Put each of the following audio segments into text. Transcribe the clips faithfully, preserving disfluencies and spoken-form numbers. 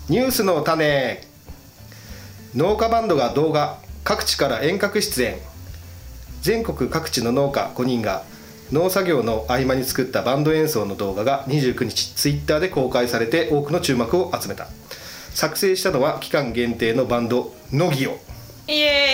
ニュースの種。農家バンドが動画、各地から遠隔出演。全国各地の農家ごにんが農作業の合間に作ったバンド演奏の動画がにじゅうくにちツイッターで公開されて多くの注目を集めた。作成したのは期間限定のバンドノギオ。 イ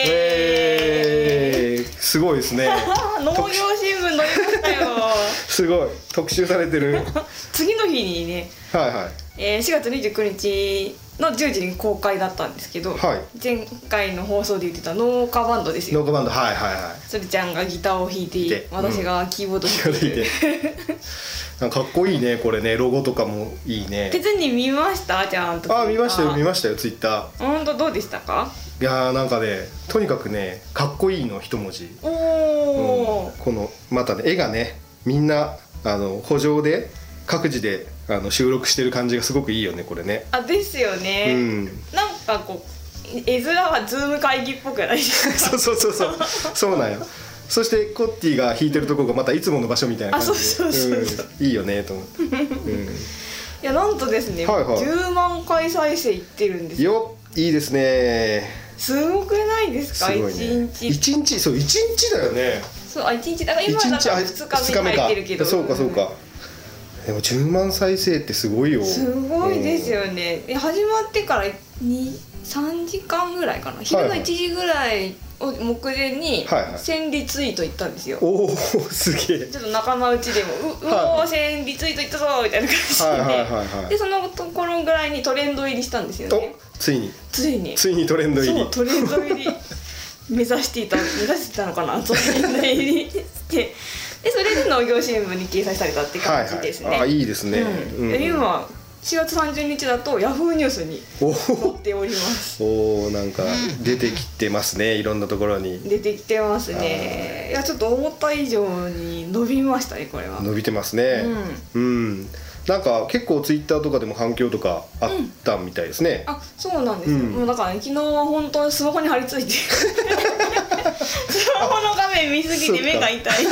エーイ、 えー、すごいですね農業新聞載りましたよすごい特集されてる次の日にね、 はいはい、 えー、しがつにじゅうくにちのじゅうじに公開だったんですけど、はい、前回の放送で言ってた農家バンドですよ。 農家バンド、はいはいはい。 それちゃんがギターを弾いて、私がキーボード弾いてる、 うん、かっこいいねこれね。ロゴとかもいいね。 別に見ましたちゃんと。 あ、見ましたよ見ましたよツイッター。 ほんとどうでしたか？ いやーなんかね、とにかくねかっこいいの一文字。 おー、 うん、このまたね絵がねみんなあの補助で各自であの収録してる感じがすごくいいよねこれね。 あ、ですよね、うん、なんかこう絵面はズーム会議っぽくないですか？ そうそうそうそうそうなんよ。そしてコッティが弾いてるところがまたいつもの場所みたいな感じで、あ、そうそうそうそう、うん、いいよねと思って、うん、いやなんとですね、はいはい、じゅうまんかい再生いってるんですよ。 よっ、いいですね。 すごくないですか？すごいね、いちにちいちにち、 そういちにちだよね。 そう、あいちにちだから今だからふつかめに入ってるけど、 そうかそうか、でもじゅうまん再生ってすごいよ。 すごいですよね、うん、始まってからに、さんじかんぐらいかな、昼のいちじぐらいを目前にせんリツイートいったんですよ、はいはい、 おおすげえ。 ちょっと仲間内でも う, うおーせんリツイートいったぞみたいな感じで、はいはいはいはい、でそのところぐらいにトレンド入りしたんですよね。 ついについについにトレンド入り。 そう、トレンド入り目指していた目指してたのかなトレンド入りしてでそれで農業新聞に掲載されたって感じですね。 はいはい、あ、いいですね、 うんうん、今しがつさんじゅうにちだとヤフーニュースに載っております。 おお、なんか出てきてますね、いろんなところに出てきてますね。いやちょっと思った以上に伸びましたねこれは。 伸びてますね、うん、うん、なんか結構ツイッターとかでも反響とかあったみたいですね、 うん、あ、そうなんですよ、うん、もうだから、ね、昨日は本当にスマホに張り付いてスマホの画面見すぎて目が痛い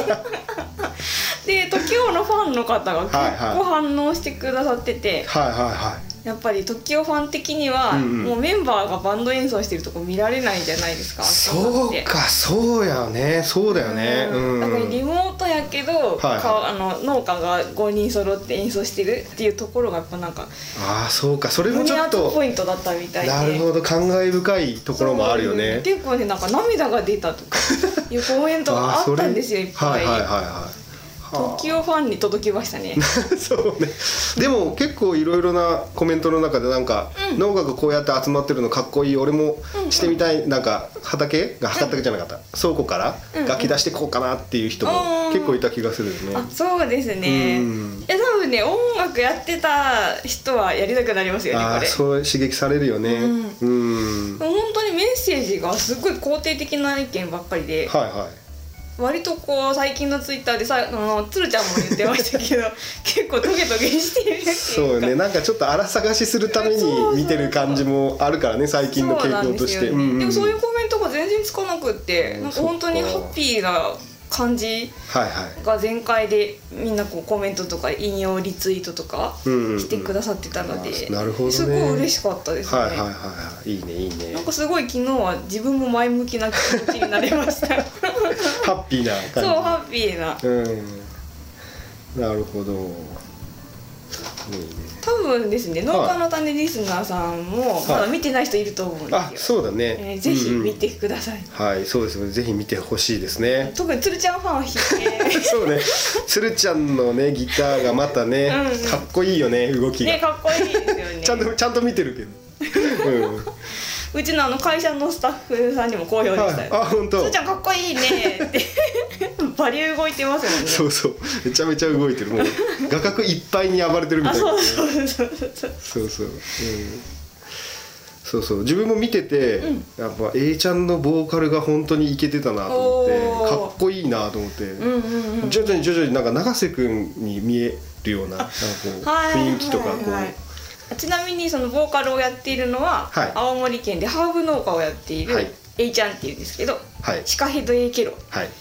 で トキオ のファンの方が結構反応してくださってて、はいはいはい、やっぱり トキオ ファン的には、うんうん、もうメンバーがバンド演奏してるとこ見られないんじゃないですか。 そうか、そうやね、そうだよね、うん、 だからリモートやけど、はいはい、かあの農家がごにん揃って演奏してるっていうところがやっぱなんか、 ああそうか、それもちょっとポイントだったみたいで、 なるほど、感慨深いところもあるよね。 結構ね、なんか涙が出たとかいうコメントがあったんですよいっぱい。はいはいはいはい、トキオファンに届きましたねそうね。でも結構いろいろなコメントの中でなんか、うん、農家がこうやって集まってるのかっこいい、俺もしてみたい、うんうん、なんか畑が畑じゃなかった、うん、倉庫から楽器出してこうかなっていう人も結構いた気がするよね、うんうん、 あ、そうですね、うん、いや多分ね、音楽やってた人はやりたくなりますよね。 あ、 これそう刺激されるよね、うん、 うん、本当にメッセージがすごい肯定的な意見ばっかりで、はいはい、割とこう最近のツイッターでさ、あのつるちゃんも言ってましたけど結構トゲトゲしてるっていうか、 そうね、なんかちょっと荒探しするために見てる感じもあるからね、最近の傾向として。でもそういうコメントが全然つかなくって、うん、なんか本当にハッピーな感じが全開でみんなこうコメントとか引用リツイートとかしてくださってたので、うんうん、なるほどね、すごい嬉しかったですね。はいはいはい、いいねいいね。なんかすごい昨日は自分も前向きな気持ちになれましたハッピーな感じ。 そう、ハッピーな、 うん、なるほど、いいね。 多分ですね、農家の種リスナーさんもまだ見てない人いると思うんですよ、はい、 あ、そうだね、 えー、ぜひ見てください、 うんうん、はい、そうですね、ぜひ見てほしいですね。 特につるちゃんファンは弾いてそうね、つるちゃんのねギターがまたね、うんうん、かっこいいよね、動きがね、かっこいいですよねちゃんとちゃんと見てるけど、うんうちのあの会社のスタッフさんにも好評でしたよ、はい、あ、 本当。 つーちゃんかっこいいねってバリ動いてますもんね。 そうそう、めちゃめちゃ動いてる、もう画角いっぱいに暴れてるみたいな、ね、 そうそうそうそうそうそう、うん、そうそう、自分も見てて、うん、やっぱ A ちゃんのボーカルが本当にイケてたなと思って、かっこいいなと思って、うんうんうん、徐々に徐々になんか永瀬君に見えるような、なんかこう雰囲気とかこう、はいはいはい、 ちなみにそのボーカルをやっているのは、はい、青森県でハーブ農家をやっている、はい、A ちゃんっていうんですけど、はい、シカヘドエケロ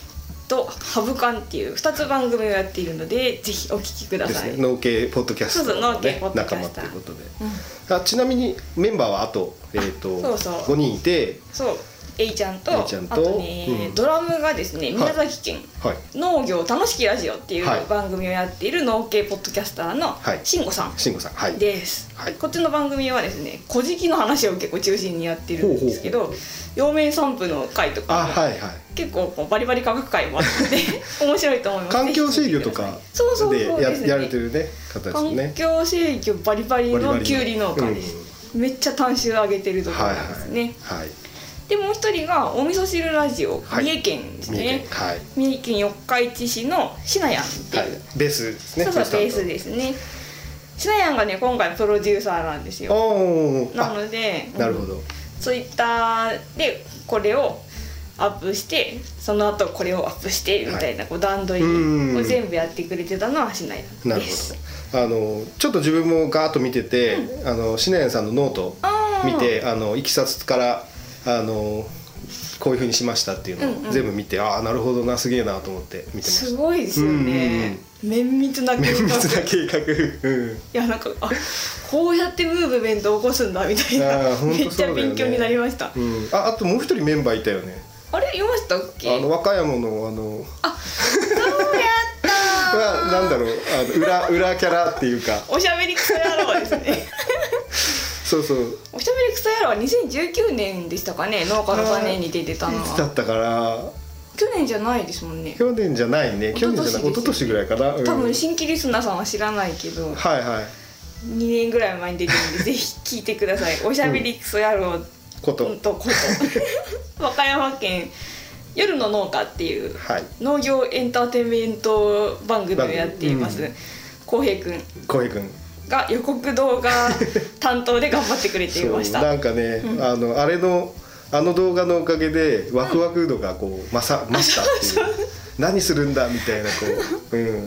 とハブカンっていうふたつ番組をやっているのでぜひお聞きください。 ですね、農系ポッドキャストの、ね、仲間ということで、うん、あちなみにメンバーはあと、えー、とそうそうごにんいて、 そう A ちゃんと、 A ちゃんとあとね、うん、ドラムがですね宮崎県、はい、農業楽しきラジオっていう番組をやっている農系ポッドキャスターの慎吾さんです、はいはい、こっちの番組はですね古事記の話を結構中心にやってるんですけど、陽明散布の回とか、はいはい、結構こうバリバリ科学会もあって面白いと思います。 環境制御とかで や, ね、やれてる、ね、方ですね。 環境制御バリバリのキュウリ農家です、うん、めっちゃ単種上げてるところなんですね、はいはいはい。でもう一人がお味噌汁ラジオ、はい、三重県ですね、はい、三重県四日市市のしなやんっていう、はい、 ベースですね。 そうそうベースですね。しなやんがね今回プロデューサーなんですよ。なので、 なるほど、うん、 ツイッターでこれをアップしてその後これをアップしてみたいな、はい、こう段取りを全部やってくれてたのはしなやんです。 なるほど。あのちょっと自分もガーッと見てて、うん、あのしなやんさんのノート見て、あのいきさつからあのこういう風にしましたっていうのを全部見て、うんうん、ああなるほどな、すげえなと思って見てました。 すごいですよね、うんうん、綿密な計画。 綿密な計画、うん、 いやなんかあこうやってムーブメントを起こすんだみたいな、ね、めっちゃ勉強になりました、 うん、あ, あともう一人メンバーいたよね。 あれいましたっけ。 あの和歌山のあのあそうやったーなんだろう、あの 裏, 裏キャラっていうかおしゃべりクソ野郎ですねそうそう、 おしゃべりクソ野郎はにせんじゅうきゅうねんでしたかね、農家の種に出てたのは。いつだったから去年じゃないですもんね。 去年じゃないね、去年じゃない、一昨年ぐらいかな、うん、 多分新規リスナーさんは知らないけど、 はいはいにねんぐらい前に出てるんでぜひ聞いてください。おしゃべりクソ野郎こととこと和歌山県夜の農家っていう農業エンターテインメント番組をやっています浩平くん浩平くんが予告動画担当で頑張ってくれていました。 なんかね、うん、あのあれのあの動画のおかげでワクワク度がこう増さ増したっていう、何するんだみたいなこう、うん、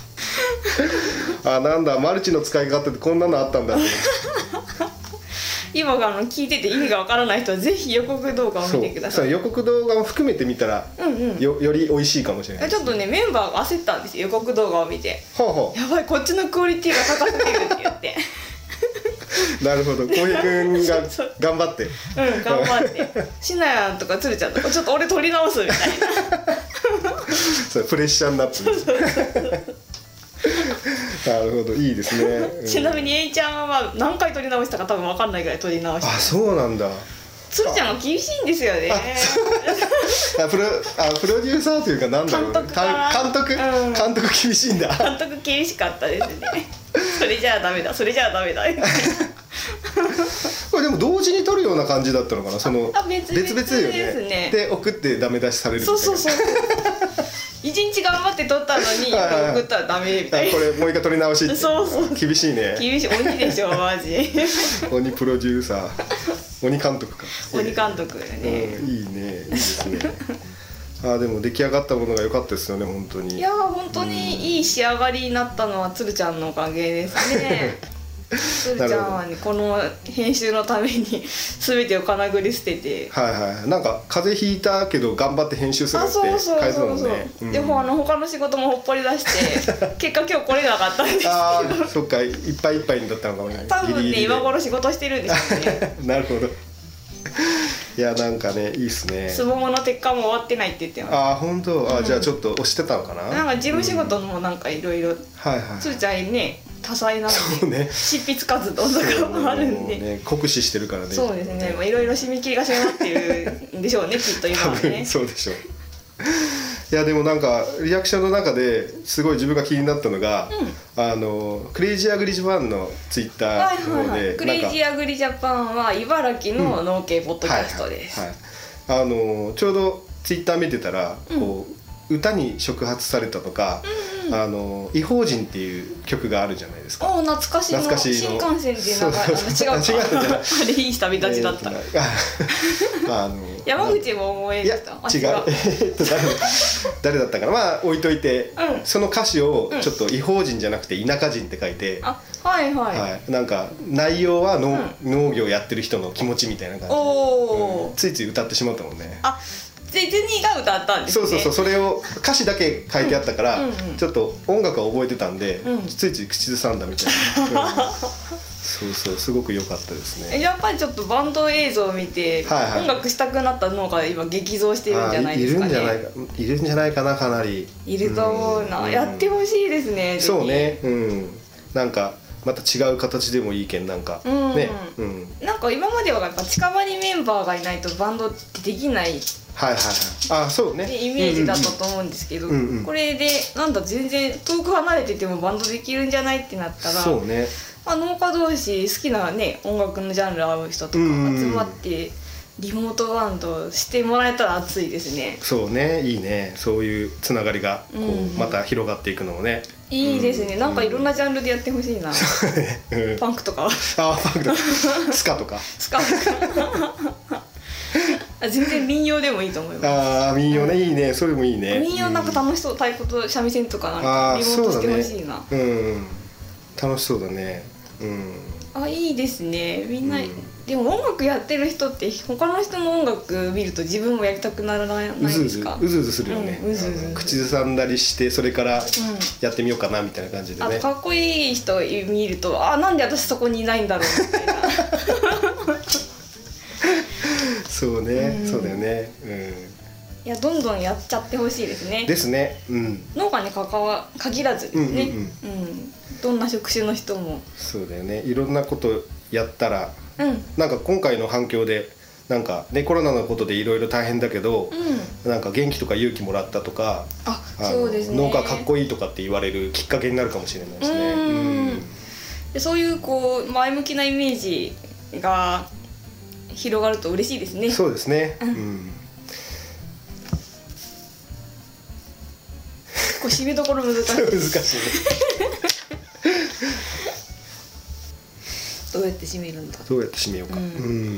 あなんだマルチの使い方ってこんなのあったんだって今があの聞いてて意味がわからない人はぜひ予告動画を見てください。 そうそう予告動画も含めて見たら、うんうん、よ, より美味しいかもしれない、ね、 ちょっとねメンバーが焦ったんですよ、予告動画を見て。 ほうほう、 やばいこっちのクオリティが高すぎるって言ってなるほど、浩平くんが頑張ってうん頑張ってしなやんとかつるちゃんとかちょっと俺撮り直すみたいなそれプレッシャーになってるなるほど、いいですね、 うん、ちなみに A ちゃんは何回撮り直したか多分分かんないぐらい撮り直して。 あ、そうなんだ。 つるちゃんが厳しいんですよね。 あプロあプロデューサーというかなんだろう、 監督か監督、うん、監督厳しいんだ。 監督厳しかったですねそれじゃあダメだそれじゃあダメだこれでも同時に撮るような感じだったのかな、その別々ですね。 別々よね。で送ってダメ出しされるみたいな。 そうそうそう一日頑張って撮ったのに送ったらダメみたいな。 これもう一回撮り直しって。 そうそう厳しいね。 厳しい、鬼でしょマジ鬼プロデューサー、鬼監督か。 鬼監督ね、 うん、いいね、いいですねあでも出来上がったものが良かったですよね、本当に。 いや本当にいい仕上がりになったのはつるちゃんのおかげですねつるちゃんはねこの編集のために全てをかなぐり捨てて、 はいはい、なんか風邪ひいたけど頑張って編集するって書いてたもんね。 でもあの他の仕事もほっぽり出して結果今日来れなかったんですけどああそっか、いっぱいいっぱいになったのかもね。 多分ねギリギリ今頃仕事してるんですよねなるほどいやなんかねいいっすね。 すぼもの鉄火も終わってないって言ってます。 ああ本当、あ、うん、じゃあちょっと押してたのかな。 なんか事務仕事もなんかいろいろつーちゃんね多彩なので、ね、執筆活動とかもあるんで、 ね、酷使してるからね。 そうですね、いろいろ締め切りが迫ってるんでしょうねきっと今はね。多分そうでしょういやでもなんかリアクションの中ですごい自分が気になったのが、うん、あのクレイジーアグリジャパンのツイッターの方で、はいはいはい、 クレイジーアグリジャパンは茨城の農系ポッドキャストです、 うんはいはいはい、あのちょうどツイッター見てたら、うん、こう歌に触発されたとか、うんうん、あの異邦人っていう曲があるじゃないですか。 お懐かしの懐かしの新幹線でなんか違うか違うあれいい旅立ちだった、えー、あの山口も思えるた。いや違う誰, 誰だったかな、まあ置いといて、うん、その歌詞をちょっと異邦人じゃなくて田舎人って書いて、 あはいはい、はい、 なんか内容は 農,、うん、農業やってる人の気持ちみたいな感じで、 お、 うん、ついつい歌ってしまったもんね。 あディズニーが歌ったんですね。 そうそうそう、それを歌詞だけ書いてあったから、うんうんうん、ちょっと音楽は覚えてたんで、うん、ついつい口ずさんだみたいな、うん、そうそう、すごく良かったですね。 やっぱりちょっとバンド映像を見て、はいはい、音楽したくなったのが今激増しているんじゃないですかね。 いるんじゃないか、いるんじゃないかな、かなりいると思うな、うん、やってほしいですね。 そうね、うん、なんかまた違う形でもいいけん、なんか、うん、ね、うん、 なんか今まではやっぱ近場にメンバーがいないとバンドってできないはいはいはい、あ、そうね、 イメージだったと思うんですけど、うんうん、これでなんだ全然遠く離れててもバンドできるんじゃないってなったら、 そうね、 まあ、農家同士好きなね音楽のジャンル合う人とか集まってリモートバンドしてもらえたら熱いですね。 そうね、いいね、そういうつながりがこう、うん、また広がっていくのもね、 いいですね、うん、なんかいろんなジャンルでやってほしいな、うん、パンクとか、 あ、パンクとかスカとかスカとか全然民謡でもいいと思います。 ああ、民謡ね、うん、いいね、それもいいね。 民謡なんか楽しそう、太鼓と三味線とかなんかリモートしてほしいな。 う、ね、うん、楽しそうだね。うん。 あ、いいですね。みんな、うん、でも音楽やってる人って他の人の音楽見ると自分もやりたくならないですか？ うずうずうずうずするよね。うん、うずうず口ずさんだりしてそれからやってみようかなみたいな感じでね。 あ、かっこいい人見ると、あ、なんで私そこにいないんだろうみたいな。 そうね、うん、そうだよね、うん、 いや、どんどんやっちゃってほしいですね。 ですね、うん、 農家に関わ限らずですね、うんうんうんうん、どんな職種の人もそうだよね、いろんなことやったら、うん、なんか今回の反響でなんかね、コロナのことでいろいろ大変だけど、うん、なんか元気とか勇気もらったとか、 ああそうですね、 農家かっこいいとかって言われるきっかけになるかもしれないですね。うん、うん、 でそういうこう前向きなイメージが広がると嬉しいですね。 そうですね、うん、 こう締めどころ難しい難しい、ね、どうやって締めるんだ、 どうやって締めようか、うん、うん、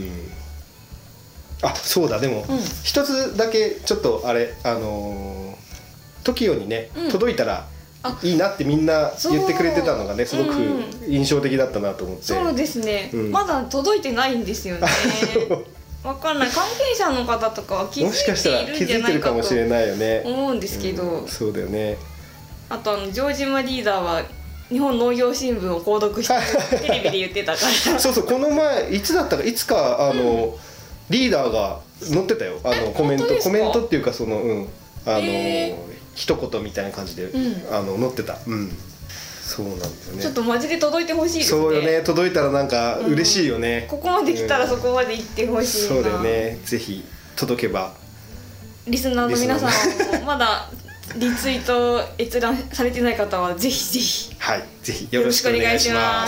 あ、そうだ、でも、うん、一つだけちょっとあれ、あのー、トキオにね、うん、届いたらいいなってみんな言ってくれてたのがね、すごく印象的だったなと思って。 そうですね、うん、まだ届いてないんですよね。わかんない、関係者の方とかは気づいているんじゃないかと思うんですけど、 うん、そうだよね。 あとあの城島リーダーは日本農業新聞を購読してテレビで言ってたからそうそう、この前いつだったか、いつかあの、うん、リーダーが載ってたよ、あのコメントコメントっていうか、その、うん、あの、えー、一言みたいな感じで、うん、あの載ってた、うん、そうなんだよね。 ちょっとマジで届いてほしいですね。 そうよね、届いたらなんか嬉しいよね、 うん、ここまで来たらそこまで行ってほしいな、 うん、そうだよね、ぜひ届けば。 リスナーの皆さんもまだリツイート閲覧されてない方はぜひぜひ、 はい、ぜひよろしくお願いします。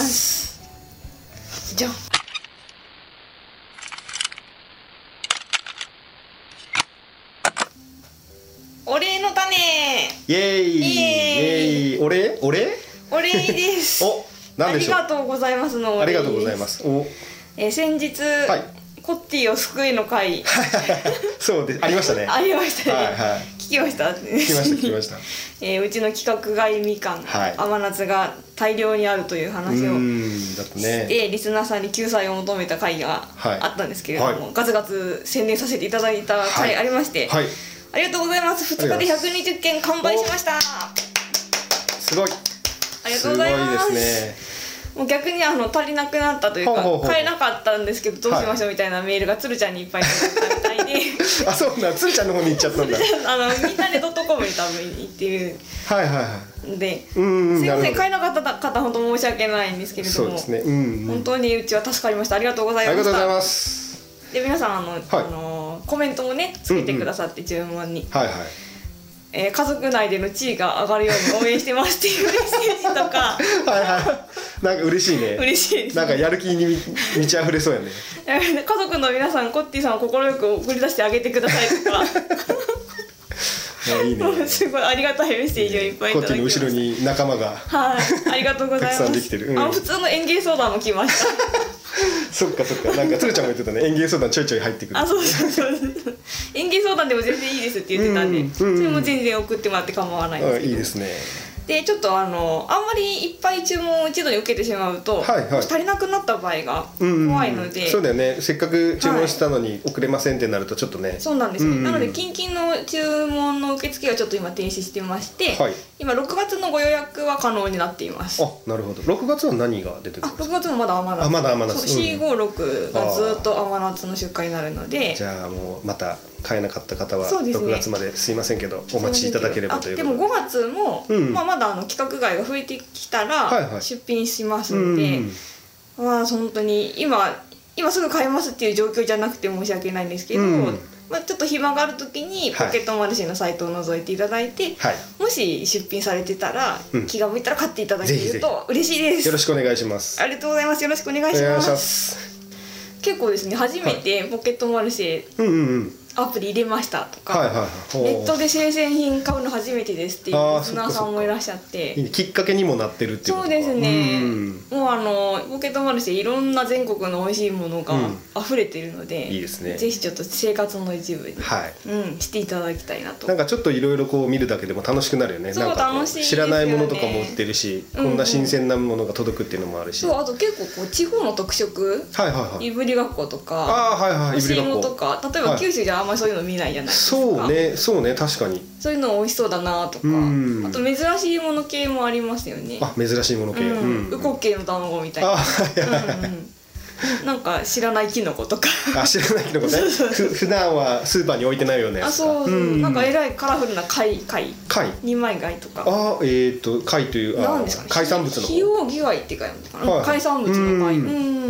じゃあお礼の種、 イエーイ、イエーイ、お礼、お礼、 お礼です。 お、なんでしょう。 ありがとうございますのお礼です。ありがとうございます。お、 えー、先日、はい、コッティを救いの会そうでありましたね。 ありましたね。 はいはい、 聞きました。聞きました聞きました。 えー、うちの企画外みかん、はい、甘夏が大量にあるという話をして、ね、リスナーさんに救済を求めた会があったんですけれども、はいはい、ガツガツ宣伝させていただいた会ありまして、はいはい、ありがとうございます。ふつかでひゃくにじゅっけん完売しました。 すごい。 ありがとうございます。すごいですね。もう逆にあの足りなくなったというか、ほうほうほう、買えなかったんですけどどうしましょうみたいなメールがつるちゃんにいっぱい届いたみたいであ、そうなん、つるちゃんの方に行っちゃったんだあのみんなでドットコムに多分行ってるはいはいはいで、うんうん、すいません、買えなかった方本当申し訳ないんですけれども、そうですね、うんうん、本当にうちは助かりました。ありがとうございました。 ありがとうございます。 で皆さんあの、はい、あのコメントもねつけてくださって、うんうん、注文に、はいはい、えー、家族内での地位が上がるように応援してますっていうメッセージとかはいはい、なんか嬉しいね。嬉しいです、ね、なんかやる気に満ち溢れそうやね家族の皆さん、コッティさんを快く送り出してあげてくださいとかいいね、すごいありがたいメッセージをいっぱいいただきました。 コッティの後ろに仲間がはい、ありがとうございます。たくさんできてる、うん、あ普通の園芸相談も来ましたそっかそっか、なんかつるちゃんも言ってたね、園芸相談ちょいちょい入ってくる、ね、 あ、そうそうそう園芸相談でも全然いいですって言ってたんで、うんうんうん、それも全然送ってもらって構わないんですけど、 いいですね。 でちょっとあのあんまりいっぱい注文を一度に受けてしまうと、はいはい、足りなくなった場合が怖いので、うんうん、 そうだよね、せっかく注文したのに送れませんってなるとちょっとね、はい、 そうなんですね、うんうん、なので近々の注文の受付はちょっと今停止してまして、はい、今ろくがつのご予約は可能になっています。 あ、なるほど。ろくがつは何が出てくるんですか？あ、ろくがつもまだ甘夏、 あ、まだ甘夏、 そう、よんごろくがずっと甘夏の出荷になるので、 じゃあもうまた買えなかった方はろくがつまですいませんけどお待ちいただければということで。 でもごがつも、うん、まあ、まだあの規格外が増えてきたら出品しますので、はいはい、まあ本当に今今すぐ買えますっていう状況じゃなくて申し訳ないんですけど、うん、まあ、ちょっと暇がある時にポケットマルシェのサイトを覗いていただいて、はい、もし出品されてたら、うん、気が向いたら買っていただけると嬉しいです。 よろしくお願いします。 ありがとうございます。よろしくお願いします。ます結構ですね、初めてポケットマルシェ、はい、うんうんうん、アプリ入れましたとか、はいはいはい、ネットで生鮮品買うの初めてですっていうリスナーさんもいらっしゃって、 きっかけにもなってるっていうことか。 そうですね、うん、もうあのポケットマルシェいろんな全国の美味しいものが溢れてるので、うん、いいですね、ぜひちょっと生活の一部に、はい、うん、していただきたいなと。 なんかちょっといろいろこう見るだけでも楽しくなるよね。 そう、楽しいですよね。 知らないものとかも売ってるし、うんうん、こんな新鮮なものが届くっていうのもあるし、 そう、あと結構こう地方の特色、はいはいはい、いぶりがっことか、 あ、はいはい、 干し芋とか、例えば九州じゃあんまりそういうの見ないじゃないですか。 そうね、そうね、確かにそういうの美味しそうだなとか、あと珍しいもの系もありますよね。 あ、珍しいもの系、うん、 ウコッケイの卵みたいな、なんか知らないキノコとかあ、知らないキノコねふ普段はスーパーに置いてないようなやつか。 あ、そうそう、うん、なんかえらいカラフルな貝貝貝二枚貝とか、 あ、えーと貝という、 なんですかね、 海産物のヒオウギ貝って書いてあるのかな、はい、海産物の貝、うん、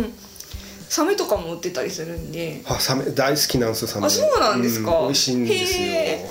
サメとかも売ってたりするんで。 あ、サメ大好きなんですよ、サメ。 あ、そうなんですか、 うん、美味しいんですよ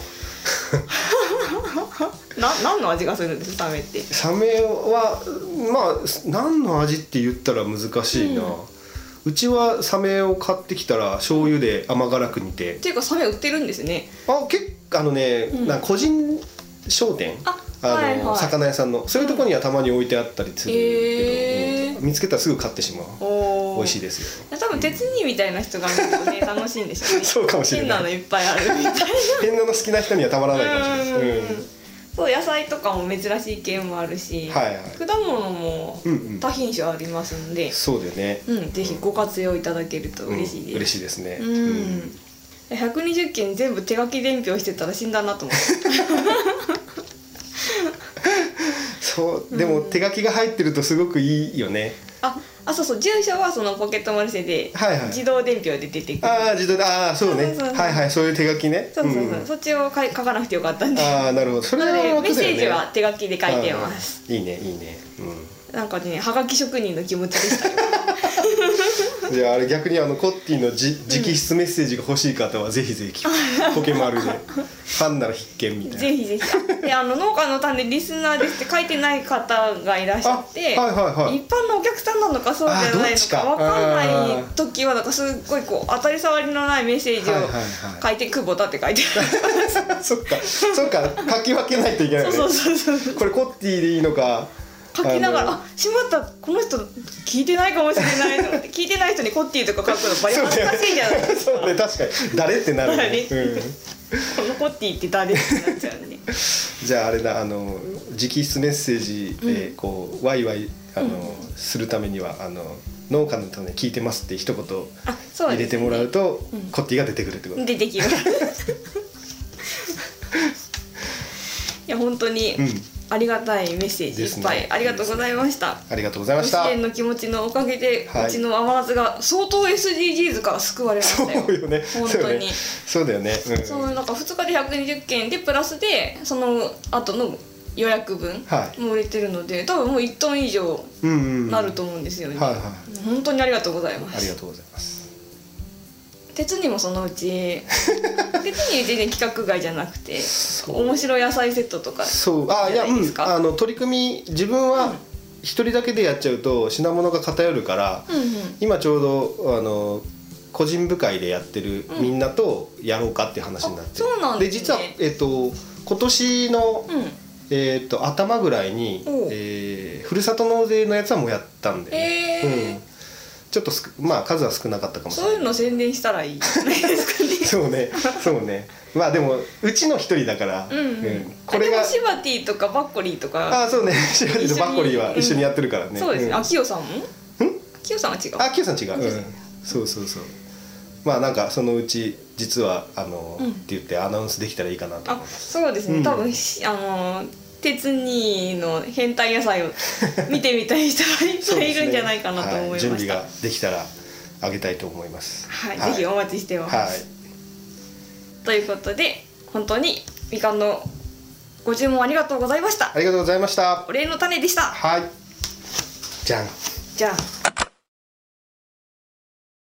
な、何の味がするんですか、サメって。 サメはまあ何の味って言ったら難しいな、うん、うちはサメを買ってきたら醤油で甘辛く煮て、 っていうかサメ売ってるんですね。 あ、結構あのね、うん、なんか個人商店、ああの、はいはい、魚屋さんのそういうところにはたまに置いてあったりするけど、えー、見つけたらすぐ買ってしまう。美味しいですよ。 多分鉄人みたいな人が見るとね、楽しいんでしょうね。 そうかもしれない。 変なのいっぱいあるみたいな。 変なの好きな人にはたまらないかもしれないです。うん、 そう、野菜とかも珍しい系もあるし、はいはい、果物も多品種ありますので、うんうん、 そうだよね、 うん、ぜひご活用いただけると嬉しいです。 うん、嬉しいですね。 うん、ひゃくにじゅっけん全部手書き伝票してたら死んだなと思って。 そう、でも手書きが入ってるとすごくいいよね。 ああ、そうそう、住所はそのポケットマルシェで自動伝票で出てくる。 はいはい、ああ、自動で、ああ、そうね、そうそうそう、はいはい、そういう手書きね。 そうそうそう、うん、そっちを書かなくてよかったんで。 ああ、なるほど、それは楽だよね。 メッセージは手書きで書いてます。 いいね、いいね、 うん、なんかね、はがき職人の気持ちでしたよ。 じゃああれ逆にあのコッティのじ直筆メッセージが欲しい方はぜひぜひポケマルでファンなら必見みたいな。 ぜひぜひ。で、あの農家の種リスナーですって書いてない方がいらっしゃって、はいはいはい、一般のお客さんなのかそうじゃないのか分かんない時はなんかすっごいこう当たり障りのないメッセージを書いて、久保田って書いてある。 そっかそっか、書き分けないといけないよね。 そうそうそうそう。 これコッティでいいのか。 書きながら、あ、しまった、この人聞いてないかもしれないと思って聞いてない人にコッティとか書くのバリ恥ずかしいじゃないですか。 そうね、確かに誰ってなるね、うん、 このコッティって誰ってなっちゃうね。 じゃああれだ、あの直筆メッセージでこう、うん、ワイワイあの、うん、するためにはあの農家の種聞いてますって一言入れてもらうと、ね、うん、コッティが出てくるってこと。 出てきる。いや本当に、うん、ありがたいメッセージいっぱい、ね、ありがとうございました。 ありがとうございました。 ご支援の気持ちのおかげで、はい、うちの甘夏が相当 エスディージーズ から救われましたよ。 そうよね。 本当に。 そうだよね。うん、 そう、なんかふつかでひゃくにじゅっけんでプラスでその後の予約分も売れてるので、はい、多分もういちトン以上なると思うんですよね。はいはい。本当にありがとうございます。 ありがとうございます。 鉄にもそのうち鉄に全然規格外じゃなくて面白い野菜セットとか。 そう、あ、いや、うん、あの取り組み自分は一人だけでやっちゃうと品物が偏るから、うんうん、今ちょうどあの個人部会でやってるみんなとやろうかっていう話になって、 うん、そうなんですね。 で実は、えっと、今年の、うん、えっと、頭ぐらいに、えー、ふるさと納税のやつはもうやったんで、ね、うん、 ちょっとすまあ数は少なかったかもしれない。 そういうの宣伝したらいいじゃないですかねそうねそうね。まあでもうちの一人だから、 うんうんうん、これがでもシバティとかバッコリーとか、 あそうね、シバティとバッコリーは一緒にやってるからね、うん、 そうですね、 うん、 あきよさんもんきよさんは違う、 あきよさん違う、うん、そうそうそう、まあなんかそのうち実はあの、うん、って言ってアナウンスできたらいいかなと思います。 あそうですね、うん、多分あの鉄にの変態野菜を見てみたい人がいっぱいいるんじゃないかなと思いました、ね、はい、準備ができたらあげたいと思います。 はい、はい、ぜひお待ちしてます、はい、ということで本当にみかんのご注文ありがとうございました。 ありがとうございました。 お礼の種でした。 はい、じゃんじゃん。